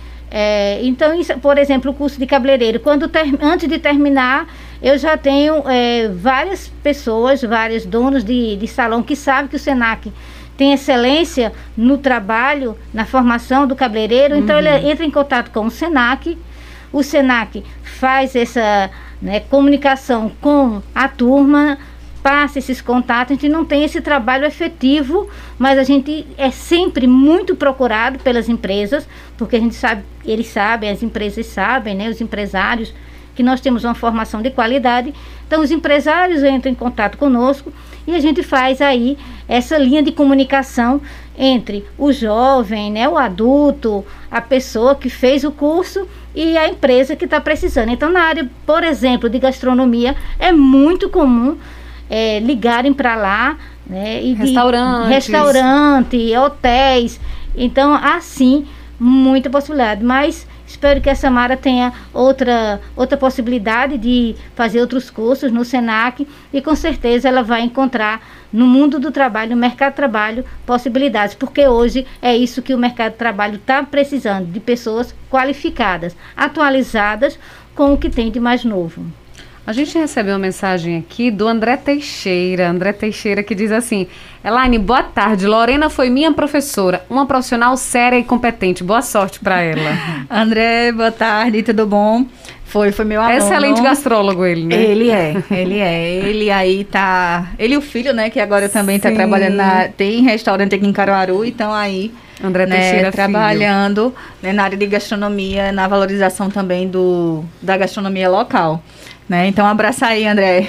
É, então, isso, por exemplo, o curso de cabeleireiro, quando ter, antes de terminar, eu já tenho é, várias pessoas, vários donos de, de salão que sabem que o Senac tem excelência no trabalho, na formação do cabeleireiro, uhum. então ele entra em contato com o Senac. O Senac faz essa, né, comunicação com a turma, passa esses contatos, a gente não tem esse trabalho efetivo, mas a gente é sempre muito procurado pelas empresas, porque a gente sabe, eles sabem, as empresas sabem, né, os empresários, que nós temos uma formação de qualidade. Então os empresários entram em contato conosco e a gente faz aí essa linha de comunicação entre o jovem, né, o adulto, a pessoa que fez o curso e a empresa que está precisando. Então na área, por exemplo, de gastronomia, é muito comum É, ligarem para lá, né, e restaurantes, de, restaurante, hotéis. Então, assim, muita possibilidade. Mas espero que a Samara tenha outra, outra possibilidade de fazer outros cursos no Senac e com certeza ela vai encontrar no mundo do trabalho, no mercado de trabalho, possibilidades, porque hoje é isso que o mercado de trabalho está precisando, de pessoas qualificadas, atualizadas com o que tem de mais novo. A gente recebeu uma mensagem aqui do André Teixeira, André Teixeira que diz assim: Elaine, boa tarde, Lorena foi minha professora, uma profissional séria e competente, boa sorte para ela. André, boa tarde, tudo bom? Foi, foi meu aluno. Excelente gastrólogo ele, né? Ele é, ele é, ele aí tá, ele e o filho, né, que agora também Sim. tá trabalhando, na, tem restaurante aqui em Caruaru, então aí... André né, Teixeira trabalhando, né, na área de gastronomia, na valorização também do, da gastronomia local. Né? Então, um abraço aí, André.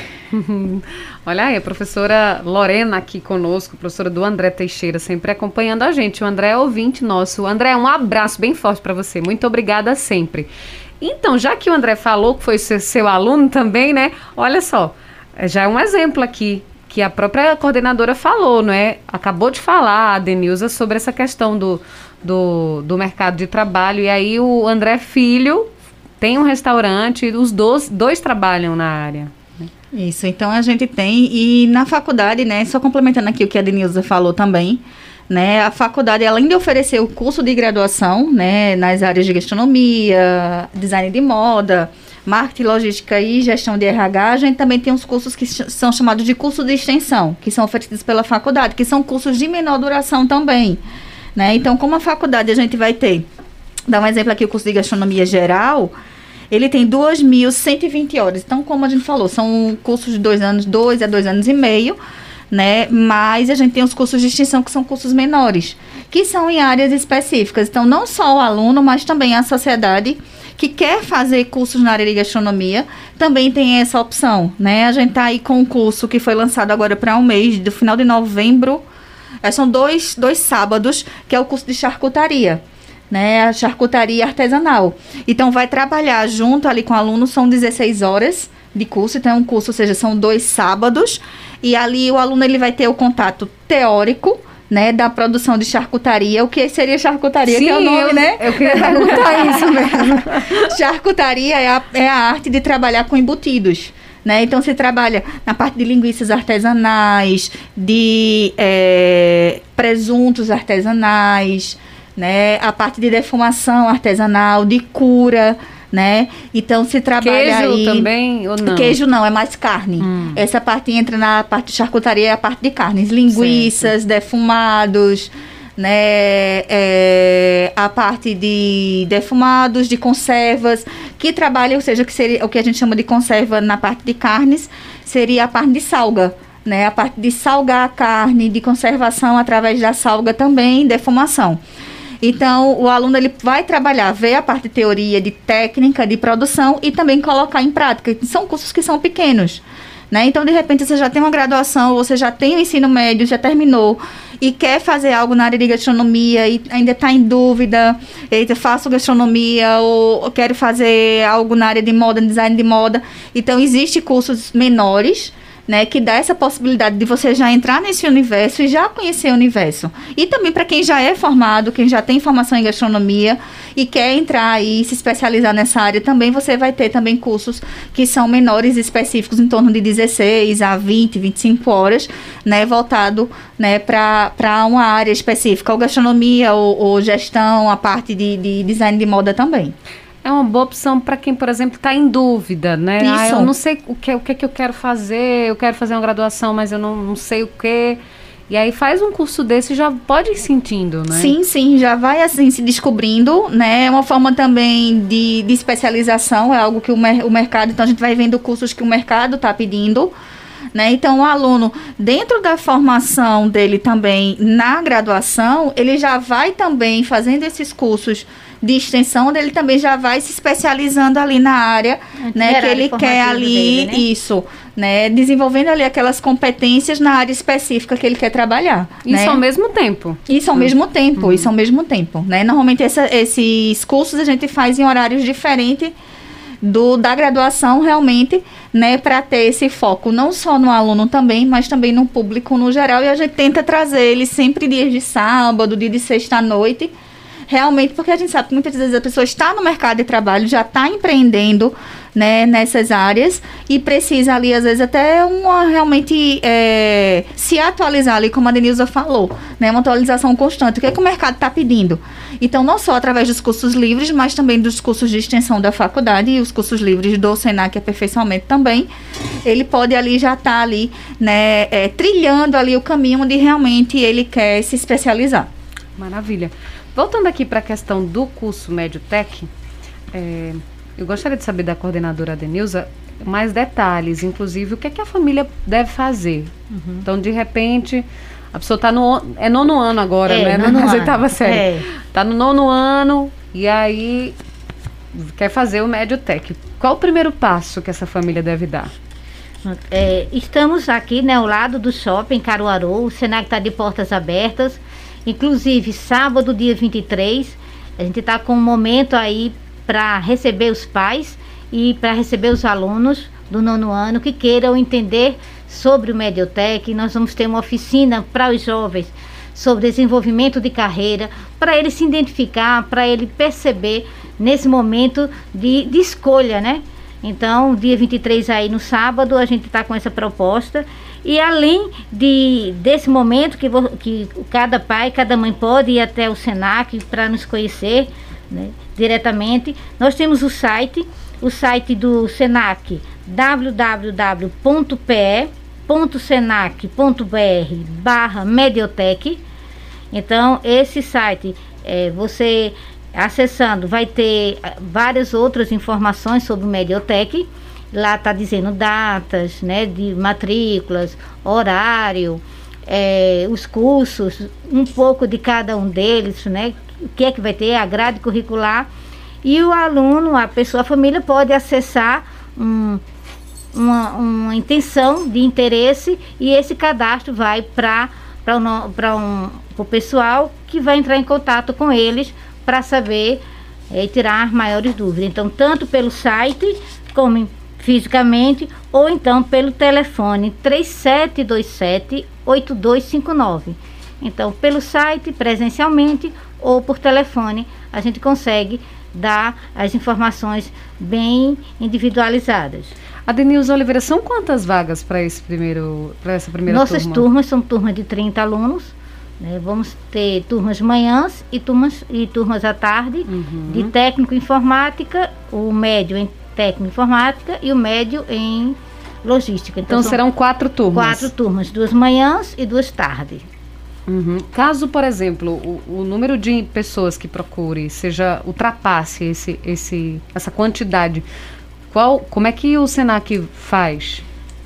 Olha aí, a professora Lorena aqui conosco, professora do André Teixeira, sempre acompanhando a gente. O André é ouvinte nosso. André, um abraço bem forte para você. Muito obrigada sempre. Então, já que o André falou que foi seu, seu aluno também, né? Olha só, já é um exemplo aqui que a própria coordenadora falou, não é? Acabou de falar, a Denilza, sobre essa questão do, do, do mercado de trabalho. E aí o André Filho tem um restaurante, os dois, dois trabalham na área. Isso, então a gente tem, e na faculdade, né, só complementando aqui o que a Denilza falou também, né, a faculdade, além de oferecer o curso de graduação, né, nas áreas de gastronomia, design de moda, marketing, logística e gestão de R H, a gente também tem os cursos que ch- são chamados de curso de extensão, que são oferecidos pela faculdade, que são cursos de menor duração também, né, então como a faculdade a gente vai ter, dar um exemplo aqui, o curso de gastronomia geral, ele tem duas mil cento e vinte horas. Então, como a gente falou, são cursos de dois anos, dois a dois anos e meio, né? Mas a gente tem os cursos de extensão, que são cursos menores, que são em áreas específicas. Então, não só o aluno, mas também a sociedade que quer fazer cursos na área de gastronomia, também tem essa opção, né? A gente está aí com um curso que foi lançado agora para um mês, do final de novembro. São dois, dois sábados, que é o curso de charcutaria. Né, a charcutaria artesanal. Então, vai trabalhar junto ali com o aluno, são dezesseis horas de curso, então é um curso, ou seja, são dois sábados, e ali o aluno ele vai ter o contato teórico, né, da produção de charcutaria. O que seria charcutaria? Sim, que é o nome, eu, né? Eu queria perguntar isso mesmo. Charcutaria é a, é a arte de trabalhar com embutidos. Né? Então, você trabalha na parte de linguiças artesanais, de é, presuntos artesanais, né, a parte de defumação artesanal, de cura, né, então se trabalha queijo aí... também ou não? Queijo não, é mais carne. Hum. Essa parte entra na parte de charcutaria, é a parte de carnes, linguiças, certo. Defumados, né, é, a parte de defumados, de conservas, que trabalha, ou seja, que seria o que a gente chama de conserva na parte de carnes, seria a parte de salga, né, a parte de salgar a carne, de conservação através da salga também, defumação. Então, o aluno ele vai trabalhar, ver a parte de teoria, de técnica, de produção e também colocar em prática. São cursos que são pequenos, né? Então, de repente, você já tem uma graduação, você já tem o ensino médio, já terminou e quer fazer algo na área de gastronomia e ainda está em dúvida, eu faço gastronomia ou quero fazer algo na área de moda, design de moda. Então, existem cursos menores, né, que dá essa possibilidade de você já entrar nesse universo e já conhecer o universo. E também para quem já é formado, quem já tem formação em gastronomia e quer entrar e se especializar nessa área, também você vai ter também cursos que são menores, específicos, em torno de dezesseis a vinte, vinte e cinco horas, né, voltado, né, para uma área específica, ou gastronomia, ou, ou gestão, a parte de, de design de moda também. É uma boa opção para quem, por exemplo, está em dúvida, né? Isso. Ah, eu não sei o que, o que, que eu quero fazer, eu quero fazer uma graduação, mas eu não, não sei o que. E aí faz um curso desse e já pode ir sentindo, né? Sim, sim, já vai assim se descobrindo, né? É uma forma também de, de especialização, é algo que o, mer- o mercado, então a gente vai vendo cursos que o mercado está pedindo, né? Então, o aluno, dentro da formação dele também na graduação, ele já vai também fazendo esses cursos de extensão, onde ele também já vai se especializando ali na área, né, que ele quer ali, dele, né? Isso, né, desenvolvendo ali aquelas competências na área específica que ele quer trabalhar. Isso né? ao mesmo tempo. Isso ao uhum. mesmo tempo, uhum. isso ao mesmo tempo, né? Normalmente essa, esses cursos a gente faz em horários diferentes do da graduação, realmente, né, para ter esse foco não só no aluno também, mas também no público no geral, e a gente tenta trazer ele sempre dias de sábado, dia de sexta à noite, realmente, porque a gente sabe que muitas vezes a pessoa está no mercado de trabalho, já está empreendendo, né, nessas áreas e precisa ali, às vezes, até uma, realmente é, se atualizar ali, como a Denilza falou, né, uma atualização constante. O que é que o mercado está pedindo? Então, não só através dos cursos livres, mas também dos cursos de extensão da faculdade e os cursos livres do Senac Aperfeiçoamento também, ele pode ali já estar tá ali, né, é, trilhando ali o caminho onde realmente ele quer se especializar. Maravilha. Voltando aqui para a questão do curso Médio Tec, é, eu gostaria de saber da coordenadora Denilza mais detalhes, inclusive o que é que a família deve fazer. Uhum. Então, de repente, a pessoa está no... É nono ano agora, é, né? Nono Mas ano. Oitava série. Está É. no nono ano e aí quer fazer o Médio Tec. Qual o primeiro passo que essa família deve dar? É, estamos aqui, né, ao lado do shopping Caruaru. O Senac está de portas abertas. Inclusive, sábado, dia vinte e três, a gente está com um momento aí para receber os pais e para receber os alunos do nono ano que queiram entender sobre o Médio Tec. Nós vamos ter uma oficina para os jovens sobre desenvolvimento de carreira, para ele se identificar, para ele perceber nesse momento de, de escolha, né? Então, dia vinte e três aí no sábado, a gente está com essa proposta. E além de, desse momento que, vo, que cada pai, cada mãe pode ir até o Senac para nos conhecer, né, diretamente, nós temos o site, o site do Senac, w w w ponto p e ponto senac ponto b r barra Mediotec. Então, esse site, é, você acessando, vai ter várias outras informações sobre o Mediotec. Lá está dizendo datas, né, de matrículas, horário, é, os cursos, um pouco de cada um deles, né, o que é que vai ter, a grade curricular. E o aluno, a pessoa, a família pode acessar um, uma, uma intenção de interesse e esse cadastro vai para para um, o pessoal que vai entrar em contato com eles para saber e é, tirar maiores dúvidas. Então, tanto pelo site como fisicamente, ou então pelo telefone três sete dois sete, oito dois cinco nove. Então, pelo site, presencialmente, ou por telefone, a gente consegue dar as informações bem individualizadas. A Denilza Oliveira, são quantas vagas para esse primeiro, para essa primeira Nossas turma? turmas são turmas de trinta alunos, né? Vamos ter turmas manhãs e turmas, e turmas à tarde, uhum. de técnico informática, o médio em técnico informática e o médio em logística. Então, então serão quatro turmas. Quatro turmas, duas manhãs e duas tardes. Uhum. Caso, por exemplo, o, o número de pessoas que procure seja ultrapasse esse, esse, essa quantidade, qual, como é que o Senac faz?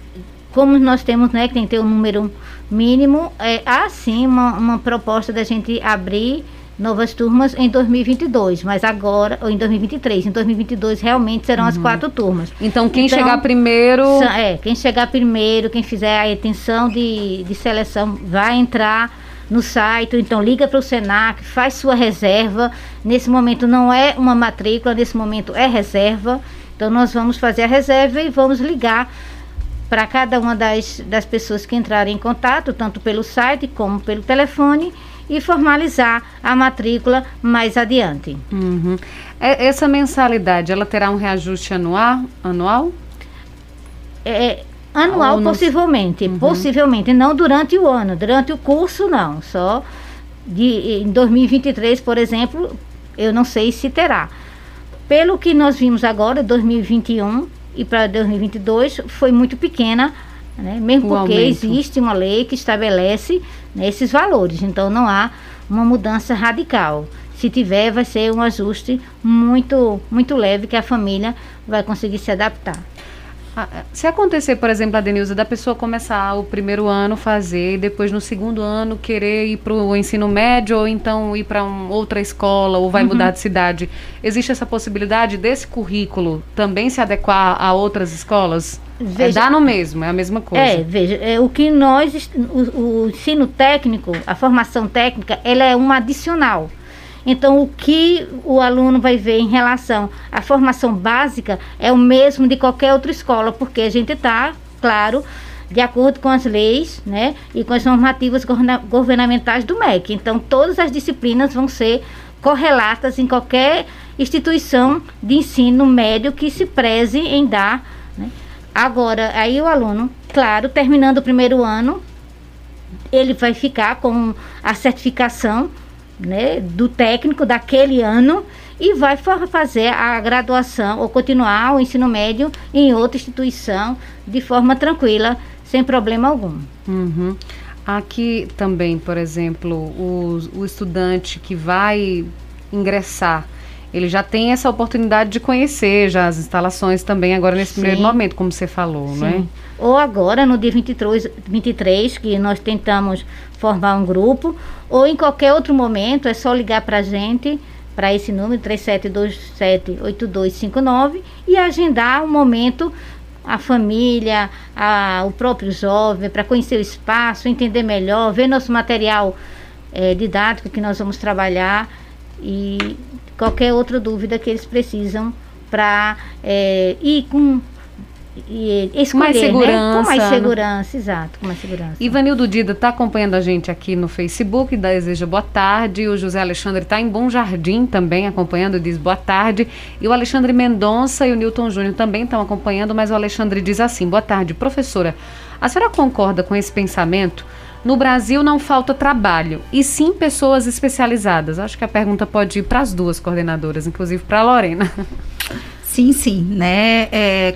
Como nós temos, né, que tem que ter um número mínimo, é, há sim uma, uma proposta da gente abrir novas turmas em dois mil e vinte e dois, mas agora, ou em dois mil e vinte e três, em dois mil e vinte e dois realmente serão uhum. as quatro turmas. Então quem então, chegar primeiro... É, quem chegar primeiro, quem fizer a intenção de, de seleção vai entrar no site, então liga para o Senac, faz sua reserva. Nesse momento não é uma matrícula, nesse momento é reserva. Então nós vamos fazer a reserva e vamos ligar para cada uma das, das pessoas que entrarem em contato, tanto pelo site como pelo telefone, e formalizar a matrícula mais adiante. Uhum. Essa mensalidade, ela terá um reajuste anual? anual? É, anual, no... possivelmente. Uhum. Possivelmente, não durante o ano. Durante o curso, não. Só de, em dois mil e vinte e três, por exemplo, eu não sei se terá. Pelo que nós vimos agora, dois mil e vinte e um e para dois mil e vinte e dois, foi muito pequena, né? Mesmo o porque aumento. Existe uma lei que estabelece, né, esses valores. Então, não há uma mudança radical. Se tiver, vai ser um ajuste muito, muito leve que a família vai conseguir se adaptar. Se acontecer, por exemplo, a Denilza, da pessoa começar o primeiro ano fazer e depois no segundo ano querer ir para o ensino médio ou então ir para um, outra escola ou vai uhum. mudar de cidade, existe essa possibilidade desse currículo também se adequar a outras escolas? Veja, é, dá no mesmo, é a mesma coisa. É, veja, é, o que nós, o, o ensino técnico, a formação técnica, ela é uma adicional. Então, o que o aluno vai ver em relação à formação básica é o mesmo de qualquer outra escola, porque a gente está, claro, de acordo com as leis, né, e com as normativas governamentais do M E C. Então, todas as disciplinas vão ser correlatas em qualquer instituição de ensino médio que se preze em dar, né. Agora, aí o aluno, claro, terminando o primeiro ano, ele vai ficar com a certificação, né, do técnico daquele ano e vai fazer a graduação ou continuar o ensino médio em outra instituição de forma tranquila, sem problema algum. Uhum. Aqui também, por exemplo, o, o estudante que vai ingressar, ele já tem essa oportunidade de conhecer já as instalações também agora nesse Sim. primeiro momento, como você falou, Sim. não é? Ou agora, no dia vinte e três, vinte e três, que nós tentamos formar um grupo, ou em qualquer outro momento, é só ligar para a gente, para esse número, três sete dois sete, oito dois cinco nove, e agendar um momento, a família, a, o próprio jovem, para conhecer o espaço, entender melhor, ver nosso material é, didático que nós vamos trabalhar, e qualquer outra dúvida que eles precisam para é, ir com e escolher, mais segurança, né? Com mais segurança, né? Exato, com mais segurança. Ivanildo Dida está acompanhando a gente aqui no Facebook, deseja boa tarde. O José Alexandre está em Bom Jardim também acompanhando, diz boa tarde. E o Alexandre Mendonça e o Newton Júnior também estão acompanhando, mas o Alexandre diz assim: boa tarde, professora. A senhora concorda com esse pensamento? No Brasil não falta trabalho, e sim pessoas especializadas. Acho que a pergunta pode ir para as duas coordenadoras, inclusive para a Lorena. Sim, sim, né? É,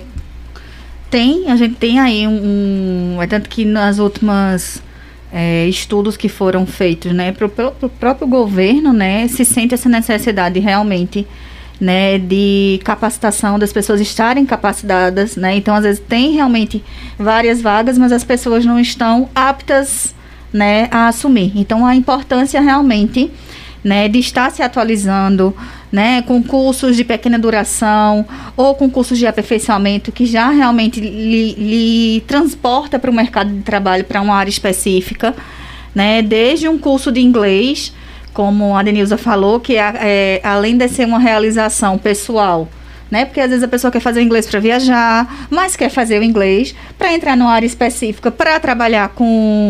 tem, a gente tem aí um, um é tanto que nas últimas é, estudos que foram feitos, né, para o próprio governo, né, se sente essa necessidade realmente, né, de capacitação, das pessoas estarem capacitadas, né, então às vezes tem realmente várias vagas, mas as pessoas não estão aptas, né, a assumir. Então a importância realmente, né, de estar se atualizando, né, com cursos de pequena duração ou com cursos de aperfeiçoamento que já realmente lhe, lhe transporta para o mercado de trabalho, para uma área específica, né, desde um curso de inglês, como a Denilza falou, que é, é, além de ser uma realização pessoal, né, porque às vezes a pessoa quer fazer o inglês para viajar, mas quer fazer o inglês para entrar numa área específica, para trabalhar com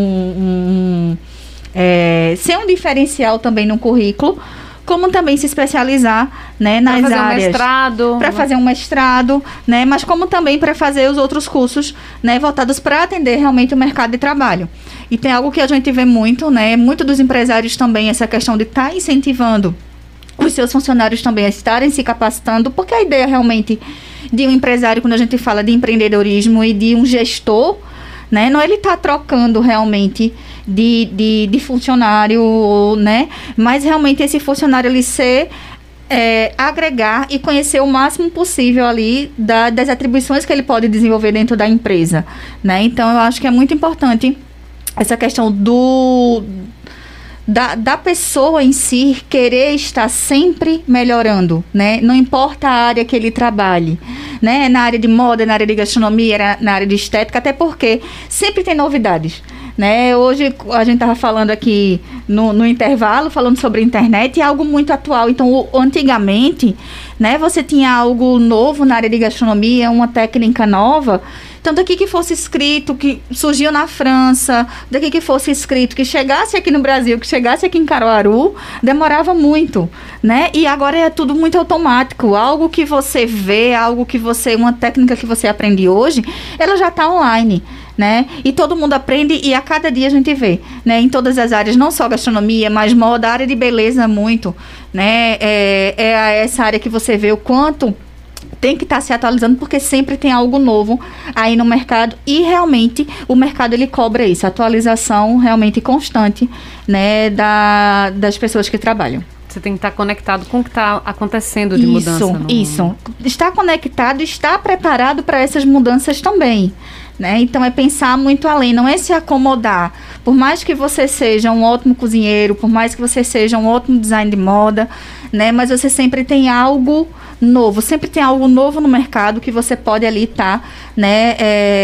um, é, ser um diferencial também no currículo, como também se especializar, né, nas pra fazer áreas. Um mestrado. Para fazer um mestrado, né, mas como também para fazer os outros cursos, né, voltados para atender realmente o mercado de trabalho. E tem algo que a gente vê muito, né, muito dos empresários também, essa questão de estar tá incentivando os seus funcionários também a estarem se capacitando, porque a ideia realmente de um empresário, quando a gente fala de empreendedorismo e de um gestor, né, não é ele estar tá trocando realmente de, de, de funcionário, né, mas realmente esse funcionário ele ser, é, agregar e conhecer o máximo possível ali da, das atribuições que ele pode desenvolver dentro da empresa, né, então eu acho que é muito importante essa questão do... Da, da pessoa em si querer estar sempre melhorando, né? Não importa a área que ele trabalhe, né? Na área de moda, na área de gastronomia, na área de estética, até porque sempre tem novidades, né? Hoje a gente estava falando aqui no, no intervalo, falando sobre a internet, e é algo muito atual. Então, o, antigamente, né? Você tinha algo novo na área de gastronomia, uma técnica nova. Então, daqui que fosse escrito, que surgiu na França, daqui que fosse escrito, que chegasse aqui no Brasil, que chegasse aqui em Caruaru, demorava muito, né? E agora é tudo muito automático. Algo que você vê, algo que você, uma técnica que você aprende hoje, ela já está online, né? E todo mundo aprende e a cada dia a gente vê, né? Em todas as áreas, não só gastronomia, mas moda, área de beleza muito, né? É, é essa área que você vê o quanto tem que estar tá se atualizando, porque sempre tem algo novo aí no mercado, e realmente o mercado ele cobra isso, atualização realmente constante, né, da, das pessoas que trabalham. Você tem que estar conectado com o que está acontecendo de isso, mudança. No isso. mundo. Está conectado, está preparado para essas mudanças também. Né? Então, é pensar muito além, não é se acomodar. Por mais que você seja um ótimo cozinheiro, por mais que você seja um ótimo design de moda, né? Mas você sempre tem algo novo, sempre tem algo novo no mercado que você pode ali estar, tá, né,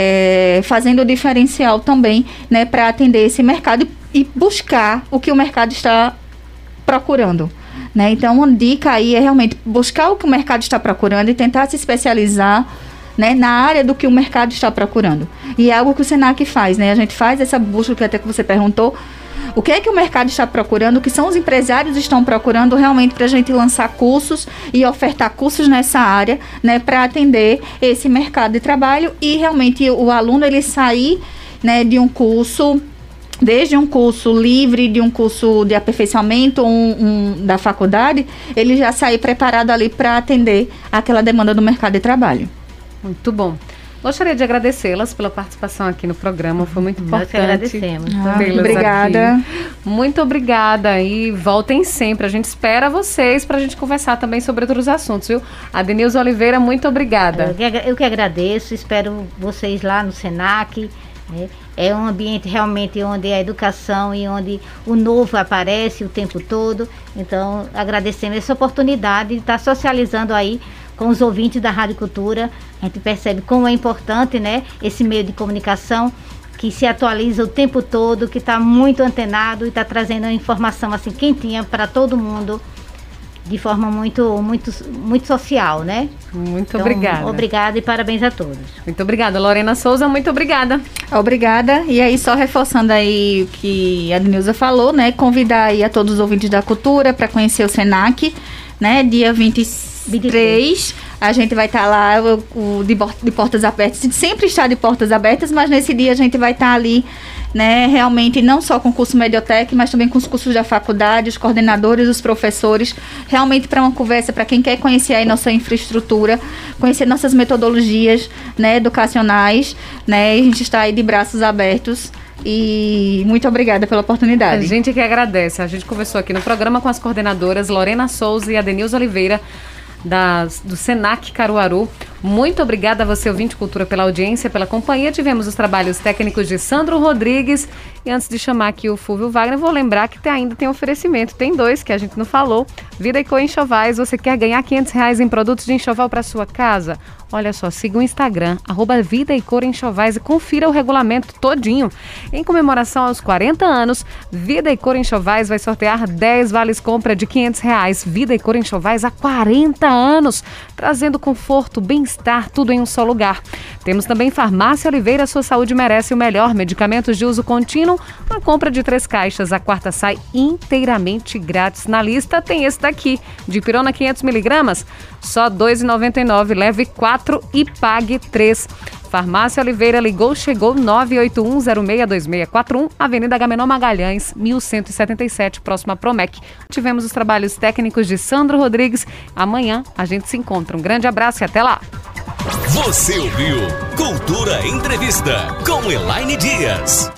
é, fazendo o diferencial também, né, para atender esse mercado e, e buscar o que o mercado está procurando. Né? Então, uma dica aí é realmente buscar o que o mercado está procurando e tentar se especializar, né, na área do que o mercado está procurando. E é algo que o Senac faz, né? A gente faz essa busca, que até que você perguntou, o que é que o mercado está procurando, o que são os empresários estão procurando realmente para a gente lançar cursos e ofertar cursos nessa área, né, para atender esse mercado de trabalho e realmente o aluno ele sair, né, de um curso, desde um curso livre, de um curso de aperfeiçoamento um, um, da faculdade, ele já sair preparado ali para atender aquela demanda do mercado de trabalho. Muito bom. Gostaria de agradecê-las pela participação aqui no programa, foi muito importante. Nós que agradecemos. Ah, obrigada. Aqui. Muito obrigada e voltem sempre. A gente espera vocês para a gente conversar também sobre outros assuntos, viu? A Denilza Oliveira, muito obrigada. Eu que, eu que agradeço, espero vocês lá no Senac. Né? É um ambiente realmente onde a educação e onde o novo aparece o tempo todo. Então, agradecemos essa oportunidade de estar socializando aí com os ouvintes da Rádio Cultura. A gente percebe como é importante, né, esse meio de comunicação que se atualiza o tempo todo, que está muito antenado e está trazendo uma informação assim quentinha para todo mundo, de forma muito, muito, muito social, né? Muito então, obrigada. Obrigada e parabéns a todos. Muito obrigada. Lorena Souza, muito obrigada. Obrigada. E aí, só reforçando aí o que a Denilza falou, né? Convidar aí a todos os ouvintes da cultura para conhecer o Senac, né? Dia vinte e três, a gente vai estar tá lá o, o, de, de portas abertas. Sempre está de portas abertas, mas nesse dia a gente vai estar tá ali, né, realmente não só com o curso Mediotec, mas também com os cursos da faculdade, os coordenadores, os professores, realmente para uma conversa, para quem quer conhecer aí nossa infraestrutura, conhecer nossas metodologias, né, educacionais, né, a gente está aí de braços abertos. E muito obrigada pela oportunidade. A gente que agradece. A gente conversou aqui no programa com as coordenadoras Lorena Souza e a Denilza Oliveira, das, do Senac Caruaru. Muito obrigada a você, ouvinte Cultura, pela audiência, pela companhia. Tivemos os trabalhos técnicos de Sandro Rodrigues. E antes de chamar aqui o Fúvio Wagner, vou lembrar que tem, ainda tem oferecimento. Tem dois que a gente não falou. Vida e Co Enxovais. Você quer ganhar quinhentos reais em produtos de enxoval para sua casa? Olha só, siga o Instagram, arroba Vida e Cor Enxovais, e confira o regulamento todinho. Em comemoração aos quarenta anos, Vida e Cor Enxovais vai sortear dez vales compra de quinhentos reais. Vida e Cor Enxovais há quarenta anos, trazendo conforto, bem-estar, tudo em um só lugar. Temos também Farmácia Oliveira, sua saúde merece o melhor. Medicamentos de uso contínuo, a compra de três caixas, a quarta sai inteiramente grátis. Na lista tem esse daqui, de pirona quinhentos miligramas, só dois reais e noventa e nove centavos, leve quatro e pague três. Farmácia Oliveira, ligou, chegou, nove oito um zero seis dois seis quatro um, Avenida Agamenon Magalhães, mil cento e setenta e sete, próxima à Promec. Tivemos os trabalhos técnicos de Sandro Rodrigues. Amanhã a gente se encontra. Um grande abraço e até lá. Você ouviu Cultura Entrevista com Elaine Dias.